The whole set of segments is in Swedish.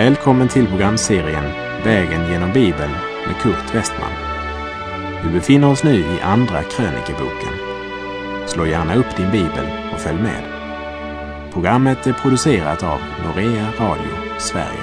Välkommen till programserien Vägen genom Bibeln med Kurt Westman. Vi befinner oss nu i andra krönikeboken. Slå gärna upp din bibel och följ med. Programmet är producerat av Norea Radio Sverige.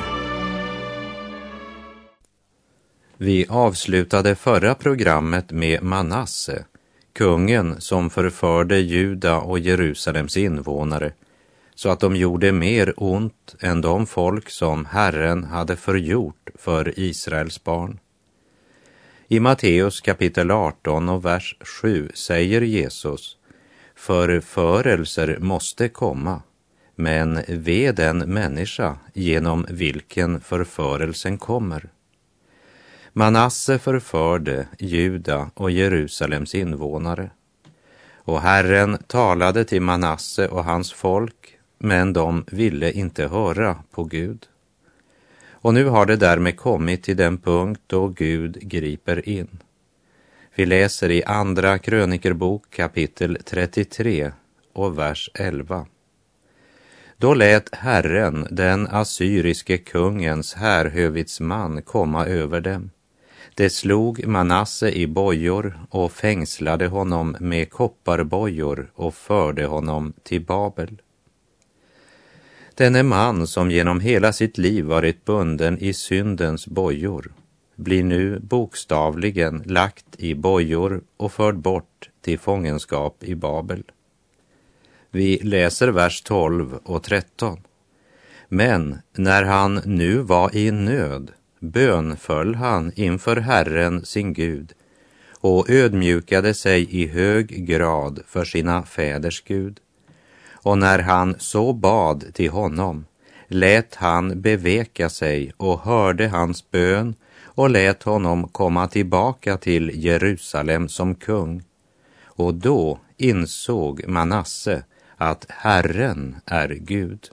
Vi avslutade förra programmet med Manasse, kungen som förförde Juda och Jerusalems invånare, så att de gjorde mer ont än de folk som Herren hade förgjort för Israels barn. I Matteus kapitel 18 och vers 7 säger Jesus: förförelser måste komma, men ve den människa genom vilken förförelsen kommer. Manasse förförde Juda och Jerusalems invånare. Och Herren talade till Manasse och hans folk, men de ville inte höra på Gud. Och nu har det därmed kommit till den punkt då Gud griper in. Vi läser i andra krönikerbok kapitel 33 och vers 11. Då lät Herren den assyriske kungens härhövitsman komma över dem. Det slog Manasse i bojor och fängslade honom med kopparbojor och förde honom till Babel. Denne man som genom hela sitt liv varit bunden i syndens bojor blir nu bokstavligen lagt i bojor och förd bort till fångenskap i Babel. Vi läser vers 12 och 13. Men när han nu var i nöd bönföll han inför Herren sin Gud och ödmjukade sig i hög grad för sina fäders Gud. Och när han så bad till honom lät han beveka sig och hörde hans bön och lät honom komma tillbaka till Jerusalem som kung. Och då insåg Manasse att Herren är Gud.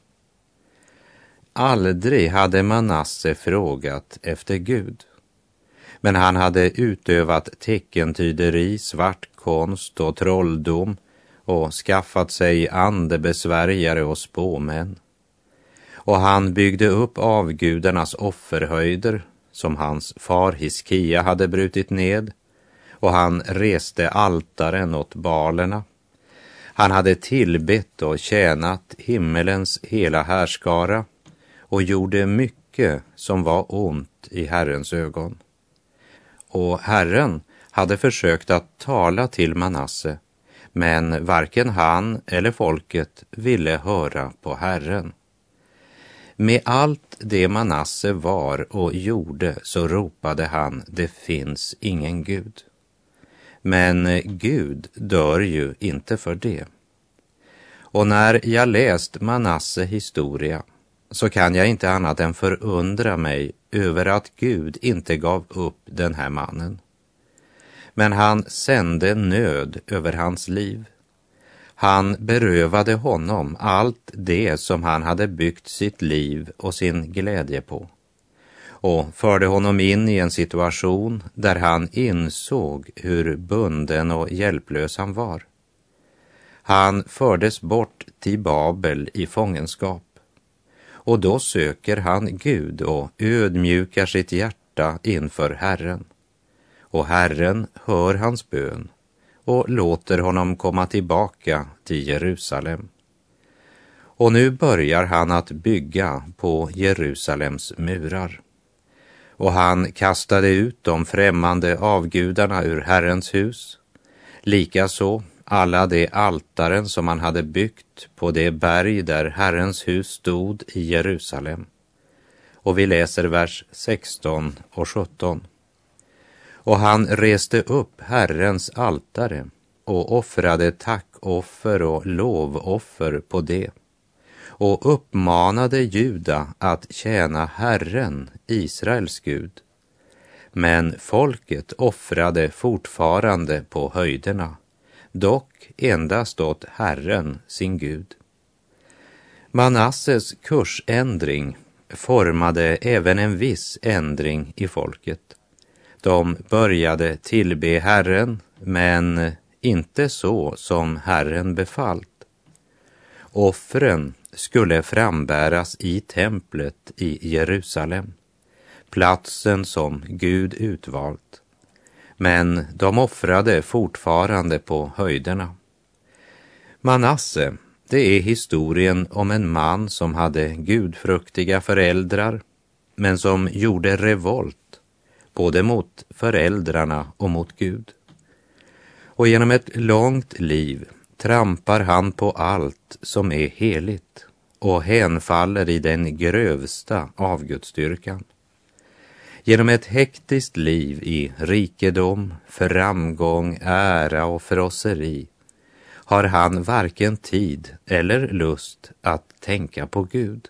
Aldrig hade Manasse frågat efter Gud, men han hade utövat teckentyderi, svart konst och trolldom och skaffat sig andebesvärjare och spåmän. Och han byggde upp avgudarnas offerhöjder som hans far Hiskia hade brutit ned, och han reste altaren åt balerna. Han hade tillbett och tjänat himmelens hela härskara och gjorde mycket som var ont i Herrens ögon. Och Herren hade försökt att tala till Manasse, men varken han eller folket ville höra på Herren. Med allt det Manasse var och gjorde så ropade han: det finns ingen Gud. Men Gud dör ju inte för det. Och när jag läst Manasse historia så kan jag inte annat än förundra mig över att Gud inte gav upp den här mannen. Men han sände nöd över hans liv. Han berövade honom allt det som han hade byggt sitt liv och sin glädje på, och förde honom in i en situation där han insåg hur bunden och hjälplös han var. Han fördes bort till Babel i fångenskap, och då söker han Gud och ödmjukar sitt hjärta inför Herren. Och Herren hör hans bön och låter honom komma tillbaka till Jerusalem. Och nu börjar han att bygga på Jerusalems murar. Och han kastade ut de främmande avgudarna ur Herrens hus, likaså alla de altaren som han hade byggt på det berg där Herrens hus stod i Jerusalem. Och vi läser vers 16 och 17. Och han reste upp Herrens altare och offrade tackoffer och lovoffer på det, och uppmanade Juda att tjäna Herren, Israels Gud. Men folket offrade fortfarande på höjderna, dock endast åt Herren sin Gud. Manasses kursändring formade även en viss ändring i folket. De började tillbe Herren, men inte så som Herren befallt. Offren skulle frambäras i templet i Jerusalem, platsen som Gud utvalt. Men de offrade fortfarande på höjderna. Manasse, det är historien om en man som hade gudfruktiga föräldrar, men som gjorde revolt både mot föräldrarna och mot Gud. Och genom ett långt liv trampar han på allt som är heligt och hänfaller i den grövsta avgudsdyrkan. Genom ett hektiskt liv i rikedom, framgång, ära och frosseri har han varken tid eller lust att tänka på Gud.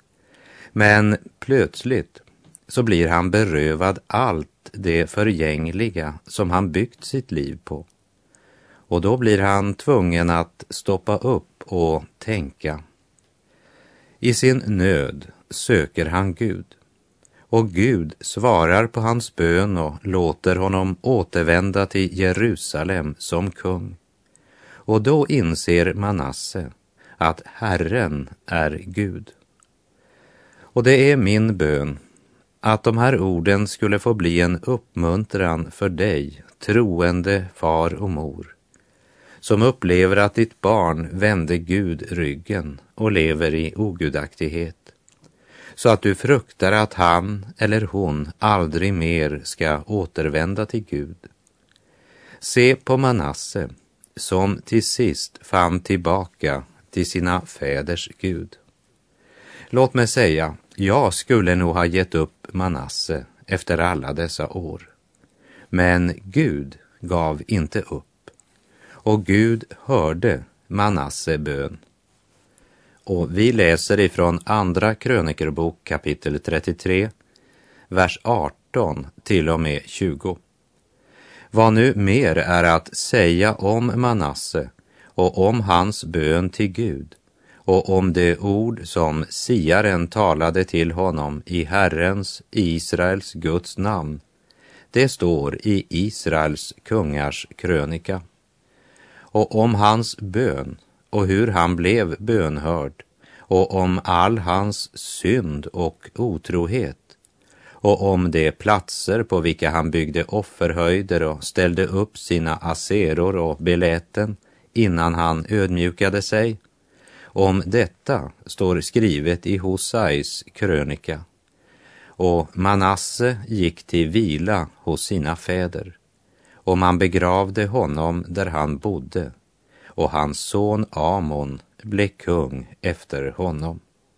Men plötsligt så blir han berövad allt det förgängliga som han byggt sitt liv på. Och då blir han tvungen att stoppa upp och tänka. I sin nöd söker han Gud. Och Gud svarar på hans bön och låter honom återvända till Jerusalem som kung. Och då inser Manasse att Herren är Gud. Och det är min bön att de här orden skulle få bli en uppmuntran för dig, troende far och mor, som upplever att ditt barn vände Gud ryggen och lever i ogudaktighet, så att du fruktar att han eller hon aldrig mer ska återvända till Gud. Se på Manasse, som till sist fann tillbaka till sina fäders Gud. Låt mig säga, jag skulle nog ha gett upp Manasse efter alla dessa år. Men Gud gav inte upp. Och Gud hörde Manasse bön. Och vi läser ifrån andra krönikerbok kapitel 33, vers 18 till och med 20. Vad nu mer är att säga om Manasse och om hans bön till Gud och om det ord som siaren talade till honom i Herrens, Israels Guds namn. Det står i Israels kungars krönika. Och om hans bön och hur han blev bönhörd och om all hans synd och otrohet och om de platser på vilka han byggde offerhöjder och ställde upp sina aseror och beläten innan han ödmjukade sig. Om detta står skrivet i Hosais krönika. Och Manasse gick till vila hos sina fäder, och man begravde honom där han bodde, och hans son Amon blev kung efter honom.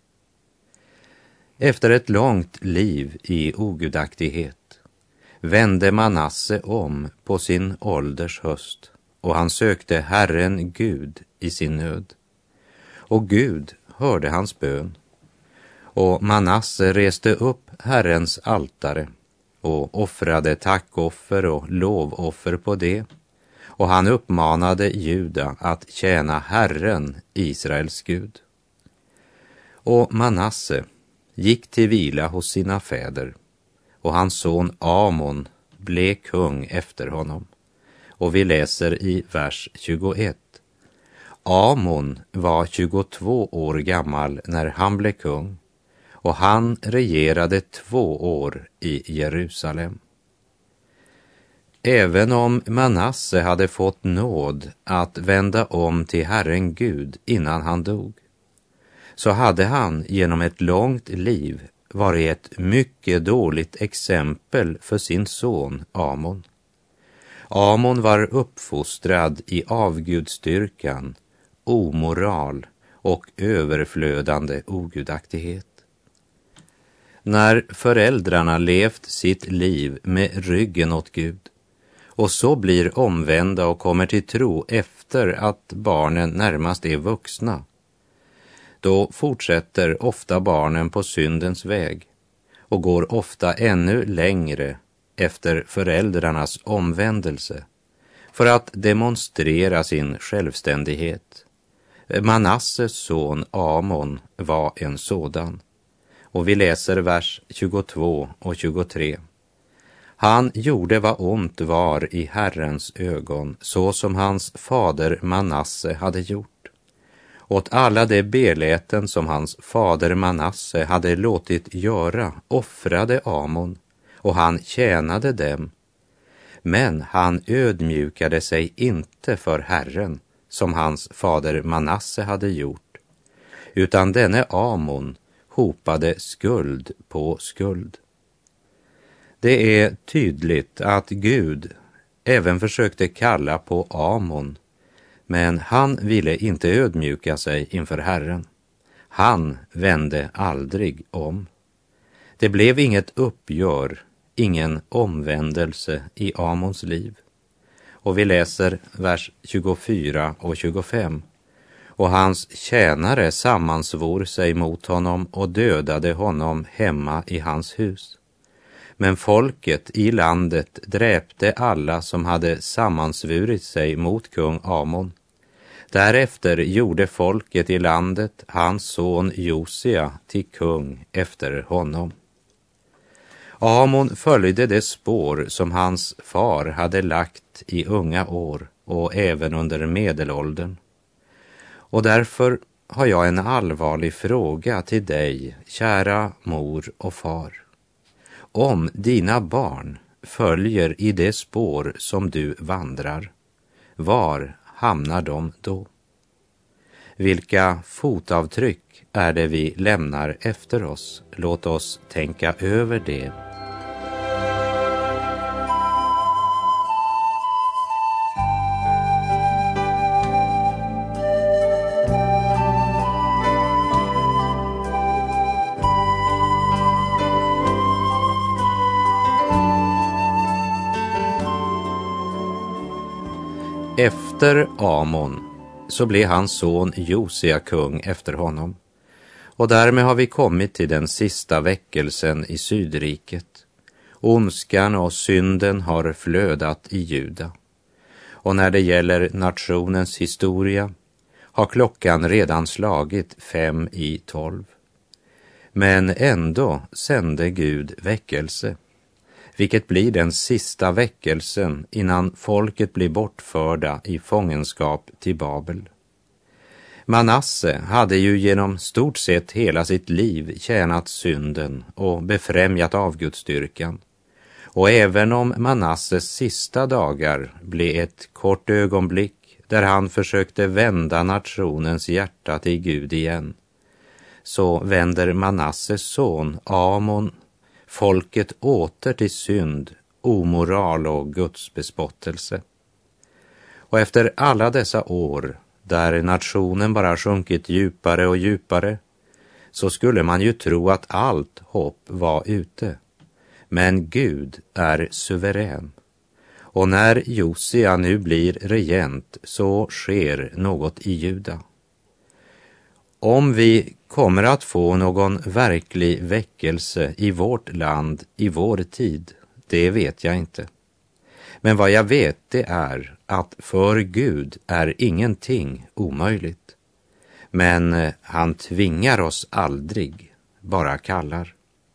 Efter ett långt liv i ogudaktighet vände Manasse om på sin ålders höst, och han sökte Herren Gud i sin nöd. Och Gud hörde hans bön. Och Manasse reste upp Herrens altare och offrade tackoffer och lovoffer på det. Och han uppmanade Juda att tjäna Herren, Israels Gud. Och Manasse gick till vila hos sina fäder, och hans son Amon blev kung efter honom. Och vi läser i vers 21. Amon var 22 år gammal när han blev kung, och han regerade 2 år i Jerusalem. Även om Manasse hade fått nåd att vända om till Herren Gud innan han dog, så hade han genom ett långt liv varit ett mycket dåligt exempel för sin son Amon. Amon var uppfostrad i avgudstyrkan, omoral och överflödande ogudaktighet. När föräldrarna levt sitt liv med ryggen åt Gud och så blir omvända och kommer till tro efter att barnen närmast är vuxna, då fortsätter ofta barnen på syndens väg och går ofta ännu längre efter föräldrarnas omvändelse för att demonstrera sin självständighet. Manasses son Amon var en sådan. Och vi läser vers 22 och 23. Han gjorde vad ont var i Herrens ögon, så som hans fader Manasse hade gjort. Åt alla de beläten som hans fader Manasse hade låtit göra offrade Amon, och han tjänade dem. Men han ödmjukade sig inte för Herren, som hans fader Manasse hade gjort, utan denne Amon hopade skuld på skuld. Det är tydligt att Gud även försökte kalla på Amon, men han ville inte ödmjuka sig inför Herren. Han vände aldrig om. Det blev inget uppgör, ingen omvändelse i Amons liv. Och vi läser vers 24 och 25. Och hans tjänare sammansvor sig mot honom och dödade honom hemma i hans hus. Men folket i landet dräpte alla som hade sammansvurit sig mot kung Amon. Därefter gjorde folket i landet hans son Josia till kung efter honom. Amon följde det spår som hans far hade lagt i unga år och även under medelåldern. Och därför har jag en allvarlig fråga till dig, kära mor och far. Om dina barn följer i det spår som du vandrar, var hamnar de då? Vilka fotavtryck är det vi lämnar efter oss? Låt oss tänka över det. Efter Amon så blev hans son Josia kung efter honom. Och därmed har vi kommit till den sista väckelsen i Sydriket. Ondskan och synden har flödat i Juda. Och när det gäller nationens historia har klockan redan slagit 5:12. Men ändå sände Gud väckelse, vilket blir den sista väckelsen innan folket blir bortförda i fångenskap till Babel. Manasse hade ju genom stort sett hela sitt liv tjänat synden och befrämjat avgudsdyrkan. Och även om Manasses sista dagar blev ett kort ögonblick där han försökte vända nationens hjärta till Gud igen, så vänder Manasses son Amon folket åter till synd, omoral och Guds bespottelse. Och efter alla dessa år, där nationen bara sjunkit djupare och djupare, så skulle man ju tro att allt hopp var ute. Men Gud är suverän. Och när Josia nu blir regent så sker något i Juda. Om vi kommer att få någon verklig väckelse i vårt land i vår tid, det vet jag inte. Men vad jag vet det är att för Gud är ingenting omöjligt. Men han tvingar oss aldrig, bara kallar.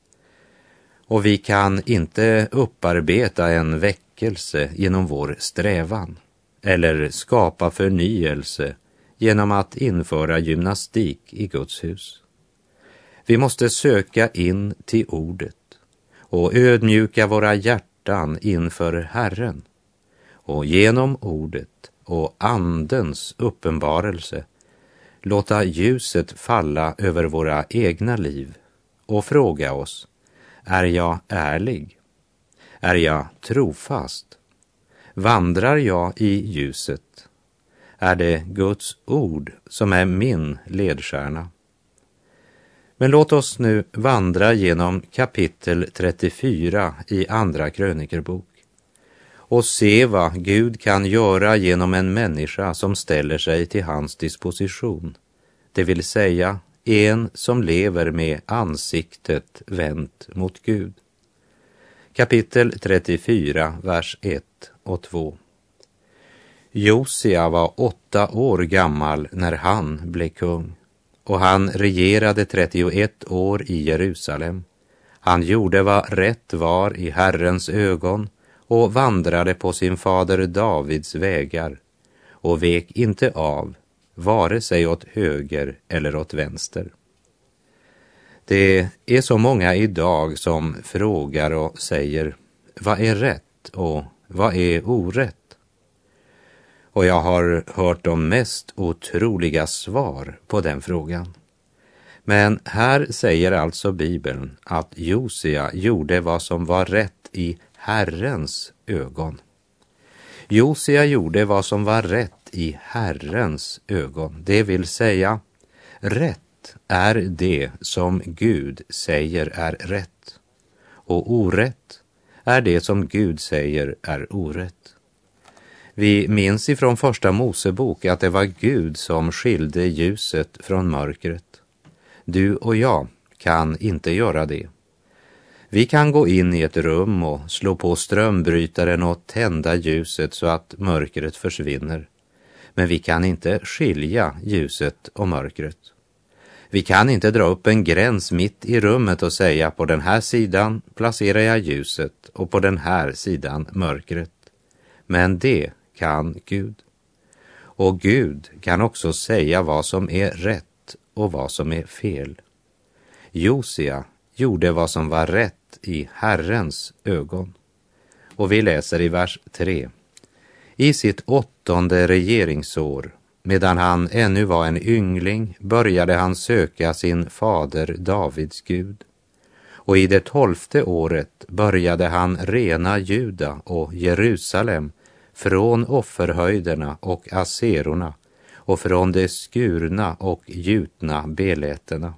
Och vi kan inte upparbeta en väckelse genom vår strävan eller skapa förnyelse genom att införa gymnastik i Guds hus. Vi måste söka in till ordet och ödmjuka våra hjärtan inför Herren. Och genom ordet och andens uppenbarelse låta ljuset falla över våra egna liv och fråga oss: är jag ärlig? Är jag trofast? Vandrar jag i ljuset? Är det Guds ord som är min ledstjärna? Men låt oss nu vandra genom kapitel 34 i Andra krönikerbok och se vad Gud kan göra genom en människa som ställer sig till hans disposition. Det vill säga en som lever med ansiktet vänt mot Gud. Kapitel 34, vers 1 och 2. Josia var 8 år gammal när han blev kung, och han regerade 31 år i Jerusalem. Han gjorde vad rätt var i Herrens ögon och vandrade på sin fader Davids vägar och vek inte av, vare sig åt höger eller åt vänster. Det är så många idag som frågar och säger, vad är rätt och vad är orätt? Och jag har hört de mest otroliga svar på den frågan. Men här säger alltså Bibeln att Josia gjorde vad som var rätt i Herrens ögon. Josia gjorde vad som var rätt i Herrens ögon. Det vill säga, rätt är det som Gud säger är rätt. Och orätt är det som Gud säger är orätt. Vi minns ifrån första Mosebok att det var Gud som skilde ljuset från mörkret. Du och jag kan inte göra det. Vi kan gå in i ett rum och slå på strömbrytaren och tända ljuset så att mörkret försvinner. Men vi kan inte skilja ljuset och mörkret. Vi kan inte dra upp en gräns mitt i rummet och säga på den här sidan placerar jag ljuset och på den här sidan mörkret. Men det kan Gud. Och Gud kan också säga vad som är rätt och vad som är fel. Josia gjorde vad som var rätt i Herrens ögon. Och vi läser i vers 3. I sitt 8:e regeringsår, medan han ännu var en yngling, började han söka sin fader Davids Gud. Och i det 12:e året började han rena Juda och Jerusalem från offerhöjderna och aserorna och från de skurna och gjutna beläterna.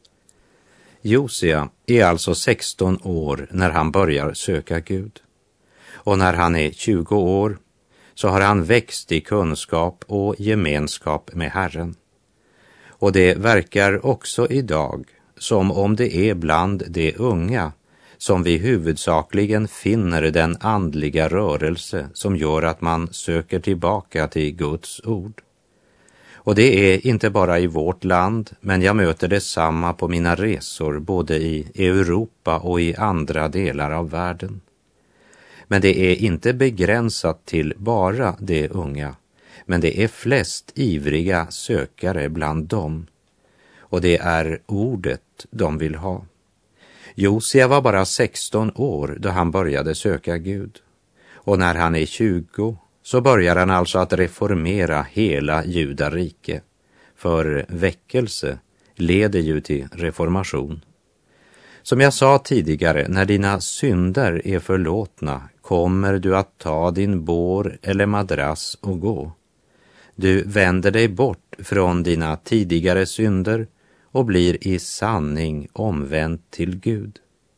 Josia är alltså 16 år när han börjar söka Gud. Och när han är 20 år så har han växt i kunskap och gemenskap med Herren. Och det verkar också idag som om det är bland de unga som vi huvudsakligen finner den andliga rörelse som gör att man söker tillbaka till Guds ord. Och det är inte bara i vårt land, men jag möter detsamma på mina resor både i Europa och i andra delar av världen. Men det är inte begränsat till bara de unga, men det är flest ivriga sökare bland dem. Och det är ordet de vill ha. Josia var bara 16 år då han började söka Gud. Och när han är 20 så börjar han alltså att reformera hela Judarike. För väckelse leder ju till reformation. Som jag sa tidigare, när dina synder är förlåtna kommer du att ta din bår eller madrass och gå. Du vänder dig bort från dina tidigare synder och blir i sanning omvänd till Gud.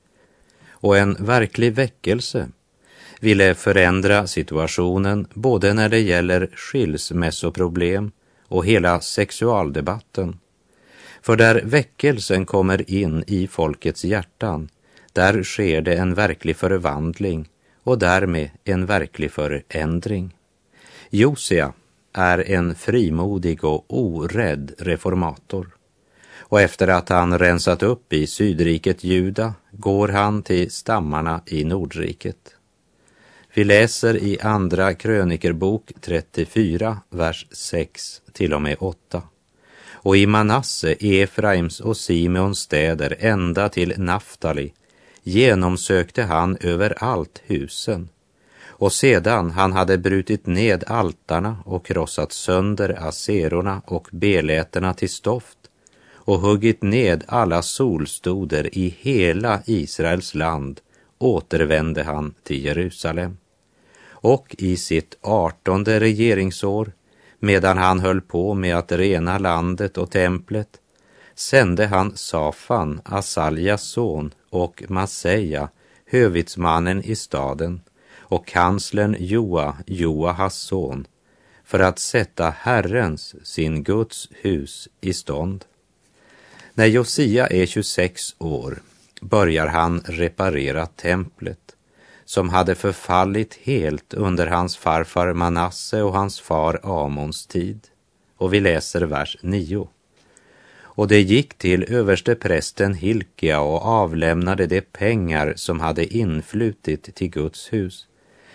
Och en verklig väckelse ville förändra situationen både när det gäller skilsmässoproblem och hela sexualdebatten. För där väckelsen kommer in i folkets hjärtan, där sker det en verklig förvandling och därmed en verklig förändring. Josia är en frimodig och orädd reformator. Och efter att han rensat upp i sydriket Juda går han till stammarna i Nordriket. Vi läser i andra krönikerbok 34, vers 6 till och med 8. Och i Manasse, Efraims och Simeons städer ända till Naftali genomsökte han överallt husen. Och sedan han hade brutit ned altarna och krossat sönder aserorna och beläterna till stoft och huggit ned alla solstoder i hela Israels land återvände han till Jerusalem. Och i sitt 18:e regeringsår, medan han höll på med att rena landet och templet, sände han Safan, Asaljas son, och Maseja, hövitsmannen i staden, och kanslern Joa, Joahas son, för att sätta Herrens, sin Guds hus, i stånd. När Josia är 26 år börjar han reparera templet, som hade förfallit helt under hans farfar Manasse och hans far Amons tid. Och vi läser vers 9. Och det gick till översteprästen Hilkia och avlämnade de pengar som hade influtit till Guds hus,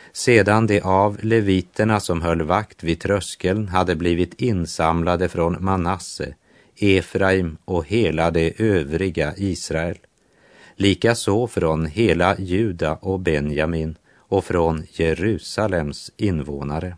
Sedan de av leviterna som höll vakt vid tröskeln hade blivit insamlade från Manasse, Efraim och hela det övriga Israel, likaså från hela Juda och Benjamin och från Jerusalems invånare.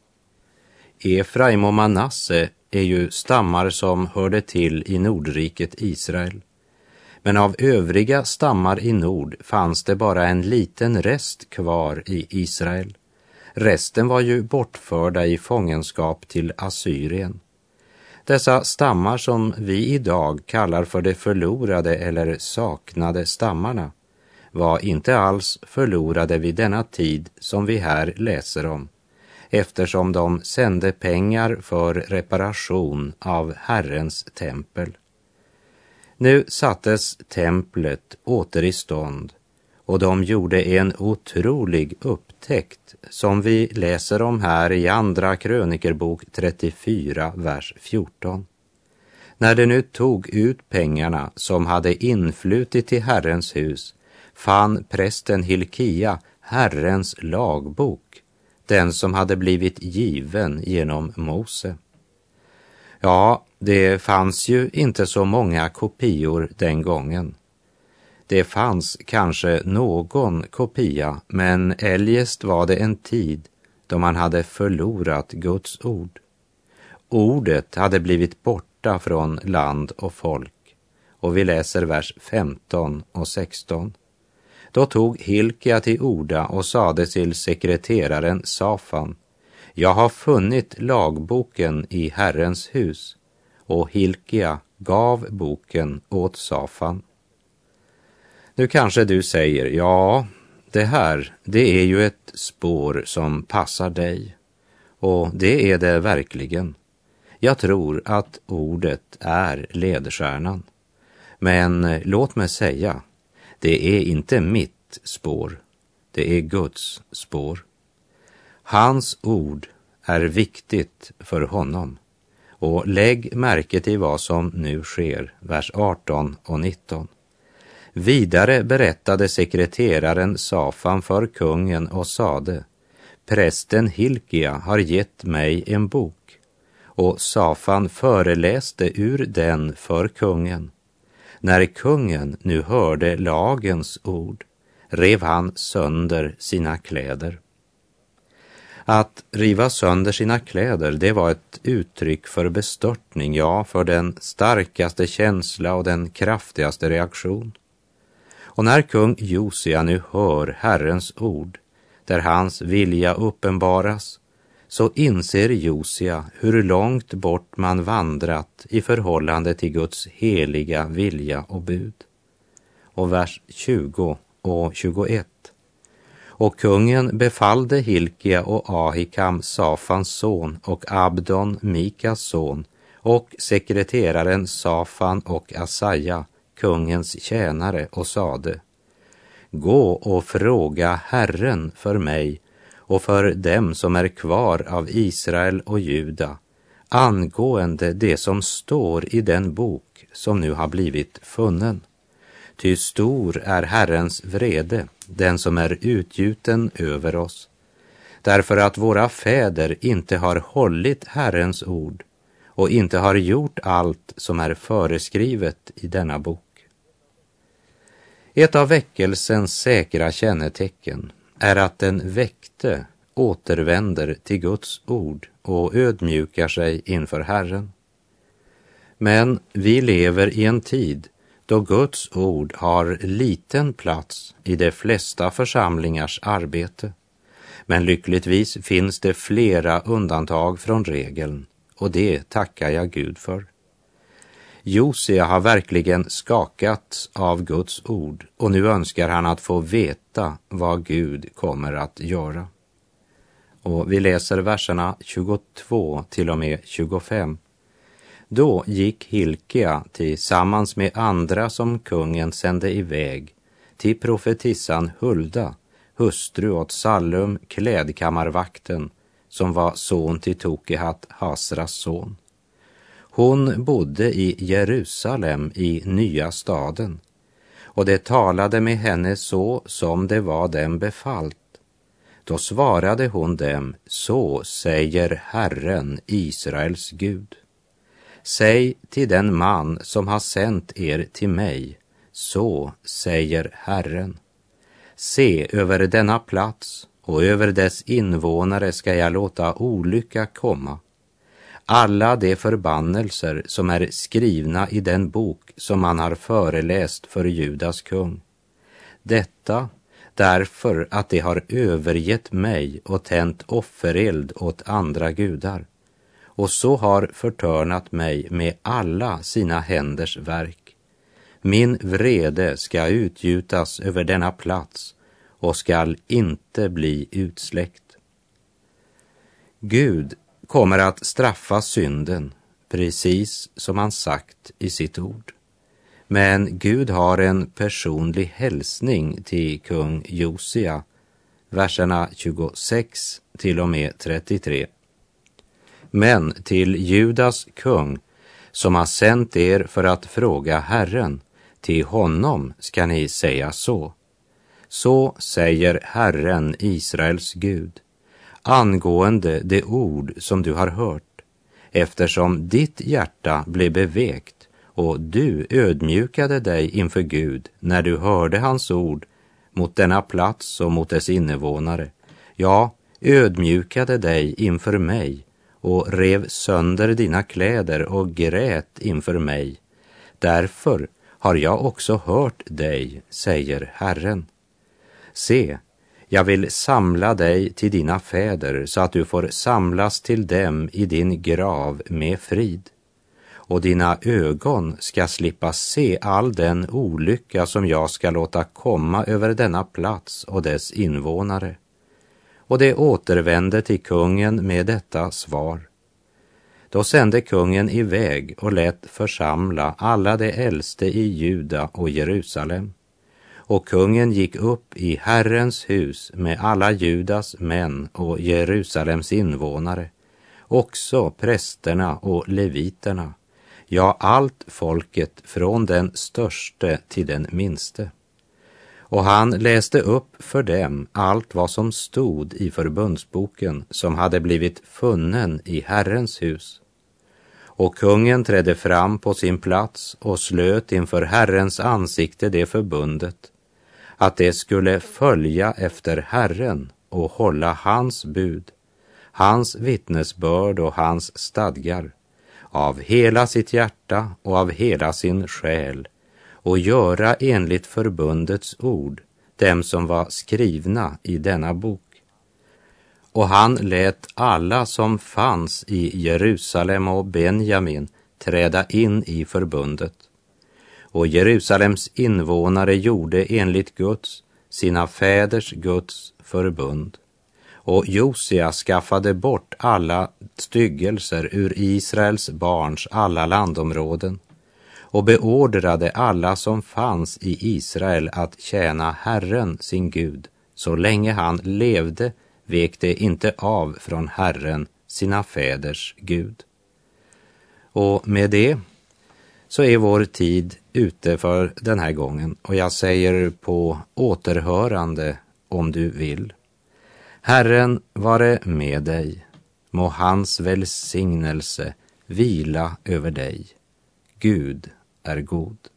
Efraim och Manasse är ju stammar som hörde till i Nordriket Israel. Men av övriga stammar i nord fanns det bara en liten rest kvar i Israel. Resten var ju bortförda i fångenskap till Assyrien. Dessa stammar som vi idag kallar för de förlorade eller saknade stammarna var inte alls förlorade vid denna tid som vi här läser om, eftersom de sände pengar för reparation av Herrens tempel. Nu sattes templet åter i stånd och de gjorde en otrolig upptäckt som vi läser om här i andra krönikerbok 34, vers 14. När de nu tog ut pengarna som hade influtit till Herrens hus fann prästen Hilkia Herrens lagbok, den som hade blivit given genom Mose. Ja, det fanns ju inte så många kopior den gången. Det fanns kanske någon kopia, men eljest var det en tid då man hade förlorat Guds ord. Ordet hade blivit borta från land och folk. Och vi läser vers 15 och 16. Då tog Hilkia till orda och sade till sekreteraren Safan: Jag har funnit lagboken i Herrens hus. Och Hilkia gav boken åt Safan. Nu kanske du säger, ja, det är ju ett spår som passar dig. Och det är det verkligen. Jag tror att ordet är ledstjärnan. Men låt mig säga, det är inte mitt spår. Det är Guds spår. Hans ord är viktigt för honom. Och lägg märke till vad som nu sker, vers 18 och 19. Vidare berättade sekreteraren Safan för kungen och sade: Prästen Hilkia har gett mig en bok. Och Safan föreläste ur den för kungen. När kungen nu hörde lagens ord rev han sönder sina kläder. Att riva sönder sina kläder, det var ett uttryck för bestörtning, ja, för den starkaste känsla och den kraftigaste reaktion. Och när kung Josia nu hör Herrens ord, där hans vilja uppenbaras, så inser Josia hur långt bort man vandrat i förhållande till Guds heliga vilja och bud. Och vers 20 och 21. Och kungen befallde Hilkia och Ahikam, Safans son, och Abdon, Mikas son, och sekreteraren Safan och Asaja, kungens tjänare, och sade: Gå och fråga Herren för mig och för dem som är kvar av Israel och Juda angående det som står i den bok som nu har blivit funnen. Ty stor är Herrens vrede, den som är utgjuten över oss, därför att våra fäder inte har hållit Herrens ord och inte har gjort allt som är föreskrivet i denna bok. Ett av väckelsens säkra kännetecken är att den väckte återvänder till Guds ord och ödmjukar sig inför Herren. Men vi lever i en tid då Guds ord har liten plats i de flesta församlingars arbete. Men lyckligtvis finns det flera undantag från regeln, och det tackar jag Gud för. Josia har verkligen skakats av Guds ord, och nu önskar han att få veta vad Gud kommer att göra. Och vi läser verserna 22 till och med 25. Då gick Hilkia tillsammans med andra som kungen sände iväg till profetissan Hulda, hustru åt Sallum, klädkammarvakten, som var son till Tokehat, Hasras son. Hon bodde i Jerusalem i nya staden, och det talade med henne så som det var dem befallt. Då svarade hon dem, så säger Herren, Israels Gud. Säg till den man som har sänt er till mig, så säger Herren. Se, över denna plats och över dess invånare ska jag låta olycka komma. Alla de förbannelser som är skrivna i den bok som man har föreläst för Judas kung. Detta därför att de har övergett mig och tänt offereld åt andra gudar, och så har förtörnat mig med alla sina händers verk. Min vrede ska utgjutas över denna plats och skall inte bli utsläckt. Gud kommer att straffa synden, precis som han sagt i sitt ord. Men Gud har en personlig hälsning till kung Josia, verserna 26 till och med 33. Men till Judas kung, som har sänt er för att fråga Herren, till honom ska ni säga så. Så säger Herren, Israels Gud, angående det ord som du har hört, eftersom ditt hjärta blev bevekt och du ödmjukade dig inför Gud när du hörde hans ord mot denna plats och mot dess invånare. Ja, ödmjukade dig inför mig och rev sönder dina kläder och grät inför mig. Därför har jag också hört dig, säger Herren. Se, jag vill samla dig till dina fäder så att du får samlas till dem i din grav med frid. Och dina ögon ska slippa se all den olycka som jag ska låta komma över denna plats och dess invånare. Och det återvände till kungen med detta svar. Då sände kungen iväg och lät församla alla de äldste i Juda och Jerusalem. Och kungen gick upp i Herrens hus med alla Judas män och Jerusalems invånare, också prästerna och leviterna, ja, allt folket från den störste till den minste. Och han läste upp för dem allt vad som stod i förbundsboken som hade blivit funnen i Herrens hus. Och kungen trädde fram på sin plats och slöt inför Herrens ansikte det förbundet, att det skulle följa efter Herren och hålla hans bud, hans vittnesbörd och hans stadgar, av hela sitt hjärta och av hela sin själ, och göra enligt förbundets ord, dem som var skrivna i denna bok. Och han lät alla som fanns i Jerusalem och Benjamin träda in i förbundet. Och Jerusalems invånare gjorde enligt Guds, sina fäders Guds förbund. Och Josia skaffade bort alla styggelser ur Israels barns alla landområden och beordrade alla som fanns i Israel att tjäna Herren sin Gud. Så länge han levde vek det inte av från Herren, sina fäders Gud. Och med det så är vår tid ute för den här gången, och jag säger på återhörande om du vill. Herren vare med dig, må hans välsignelse vila över dig. Gud är god.